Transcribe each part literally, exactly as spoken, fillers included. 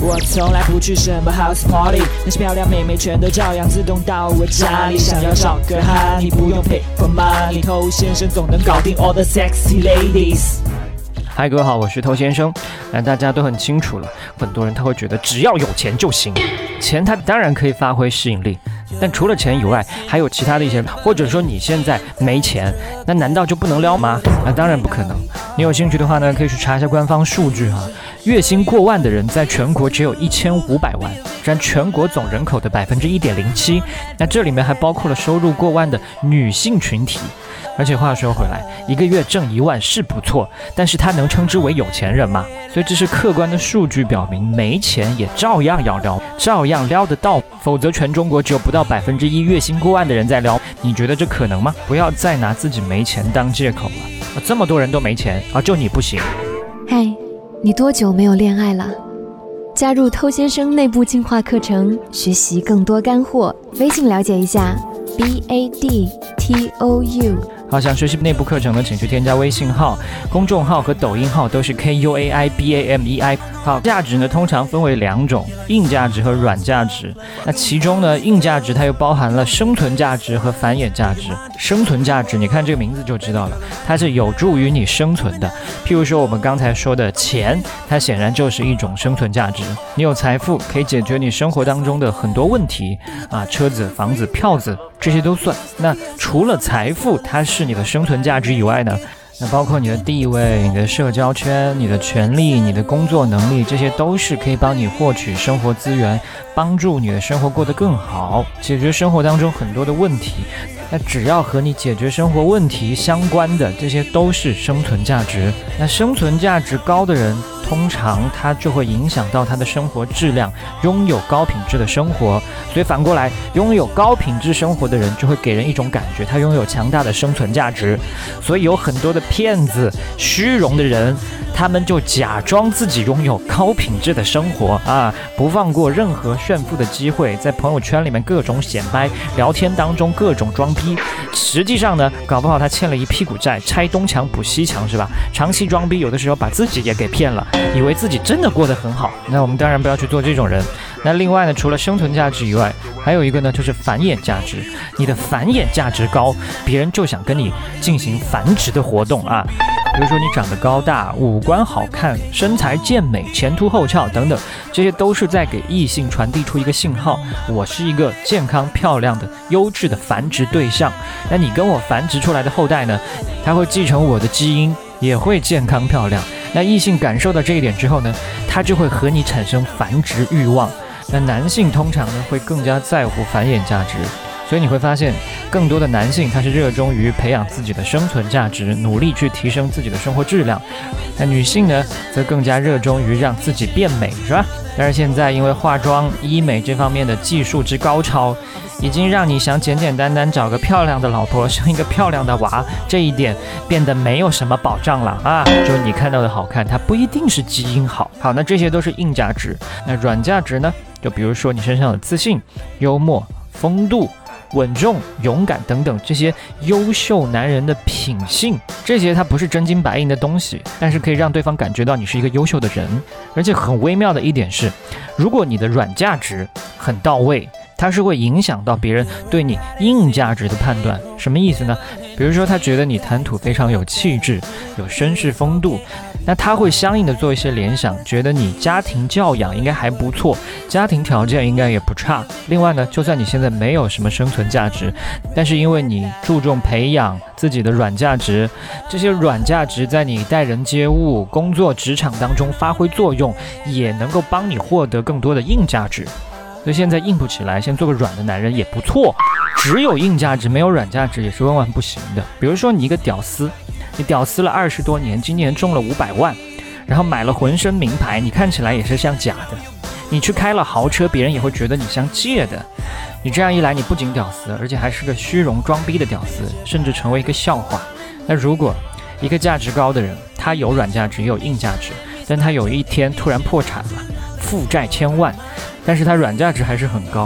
我从来不去什么 house party， 那些漂亮妹妹全都照样自动到我家里。想要找个哈，你不用 pay for money， 偷先生总能搞定 all the sexy ladies。 嗨，各位好，我是偷先生。那大家都很清楚了，很多人他会觉得只要有钱就行，钱它当然可以发挥吸引力，但除了钱以外，还有其他的一些，或者说你现在没钱，那难道就不能撩吗？那当然不可能。你有兴趣的话呢，可以去查一下官方数据哈。月薪过万的人在全国只有一千五百万，占全国总人口的百分之一点零七。那这里面还包括了收入过万的女性群体。而且话说回来，一个月挣一万是不错，但是他能称之为有钱人吗？所以这是客观的数据表明，没钱也照样要撩，照样撩得到，否则全中国只有不到百分之一月薪过万的人在撩，你觉得这可能吗？不要再拿自己没钱当借口了，啊，这么多人都没钱啊，就你不行。 嗨，你多久没有恋爱了？加入偷先生内部进化课程，学习更多干货，微信了解一下 B A D T O U。 好，想学习内部课程呢，请去添加微信号、公众号和抖音号都是 K U A I B A M E I。好，价值呢通常分为两种，硬价值和软价值。那其中呢，硬价值它又包含了生存价值和繁衍价值。生存价值，你看这个名字就知道了，它是有助于你生存的。譬如说我们刚才说的钱，它显然就是一种生存价值。你有财富，可以解决你生活当中的很多问题啊，车子、房子、票子，这些都算。那除了财富，它是你的生存价值以外呢，那包括你的地位、你的社交圈、你的权利、你的工作能力，这些都是可以帮你获取生活资源，帮助你的生活过得更好，解决生活当中很多的问题。那只要和你解决生活问题相关的，这些都是生存价值。那生存价值高的人，通常他就会影响到他的生活质量，拥有高品质的生活。所以反过来，拥有高品质生活的人就会给人一种感觉，他拥有强大的生存价值。所以有很多的骗子、虚荣的人，他们就假装自己拥有高品质的生活啊，不放过任何炫富的机会，在朋友圈里面各种显摆，聊天当中各种装逼。实际上呢，搞不好他欠了一屁股债，拆东墙补西墙，是吧？长期装逼，有的时候把自己也给骗了，以为自己真的过得很好。那我们当然不要去做这种人。那另外呢，除了生存价值以外，还有一个呢，就是繁衍价值。你的繁衍价值高，别人就想跟你进行繁殖的活动啊。比如说你长得高大，五官好看，身材健美，前凸后翘等等，这些都是在给异性传递出一个信号，我是一个健康漂亮的优质的繁殖对象。那你跟我繁殖出来的后代呢，他会继承我的基因，也会健康漂亮。那异性感受到这一点之后呢，他就会和你产生繁殖欲望。那男性通常呢会更加在乎繁衍价值，所以你会发现更多的男性他是热衷于培养自己的生存价值，努力去提升自己的生活质量。那女性呢则更加热衷于让自己变美，是吧？但是现在因为化妆医美这方面的技术之高超，已经让你想简简单单找个漂亮的老婆生一个漂亮的娃，这一点变得没有什么保障了啊！就你看到的好看，它不一定是基因好。好，那这些都是硬价值。那软价值呢？就比如说你身上有自信、幽默、风度、稳重、勇敢等等这些优秀男人的品性，这些它不是真金白银的东西，但是可以让对方感觉到你是一个优秀的人。而且很微妙的一点是，如果你的软价值很到位，它是会影响到别人对你硬价值的判断。什么意思呢？比如说他觉得你谈吐非常有气质，有绅士风度，那他会相应的做一些联想，觉得你家庭教养应该还不错，家庭条件应该也不差。另外呢，就算你现在没有什么生存价值，但是因为你注重培养自己的软价值，这些软价值在你待人接物、工作职场当中发挥作用，也能够帮你获得更多的硬价值。所以现在硬不起来，先做个软的男人也不错。只有硬价值没有软价值也是万万不行的。比如说你一个屌丝，你屌丝了二十多年，今年中了五百万，然后买了浑身名牌，你看起来也是像假的。你去开了豪车，别人也会觉得你像借的。你这样一来，你不仅屌丝，而且还是个虚荣装逼的屌丝，甚至成为一个笑话。那如果一个价值高的人，他有软价值也有硬价值，但他有一天突然破产了，负债千万，但是他软价值还是很高，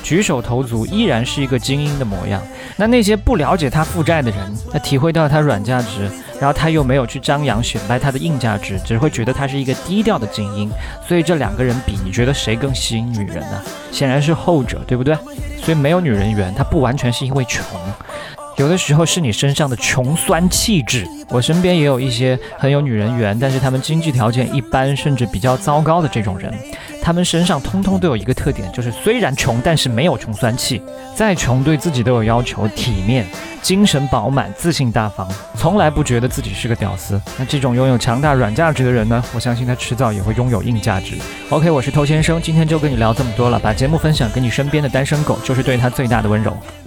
举手投足依然是一个精英的模样。那那些不了解他负债的人，那体会到他软价值，然后他又没有去张扬显摆他的硬价值，只会觉得他是一个低调的精英。所以这两个人比，你觉得谁更吸引女人呢？显然是后者，对不对？所以没有女人缘，它不完全是因为穷，有的时候是你身上的穷酸气质。我身边也有一些很有女人缘，但是他们经济条件一般甚至比较糟糕的这种人，他们身上通通都有一个特点，就是虽然穷，但是没有穷酸气。再穷对自己都有要求，体面，精神饱满，自信大方，从来不觉得自己是个屌丝。那这种拥有强大软价值的人呢，我相信他迟早也会拥有硬价值。 OK， 我是偷先生，今天就跟你聊这么多了，把节目分享给你身边的单身狗，就是对他最大的温柔。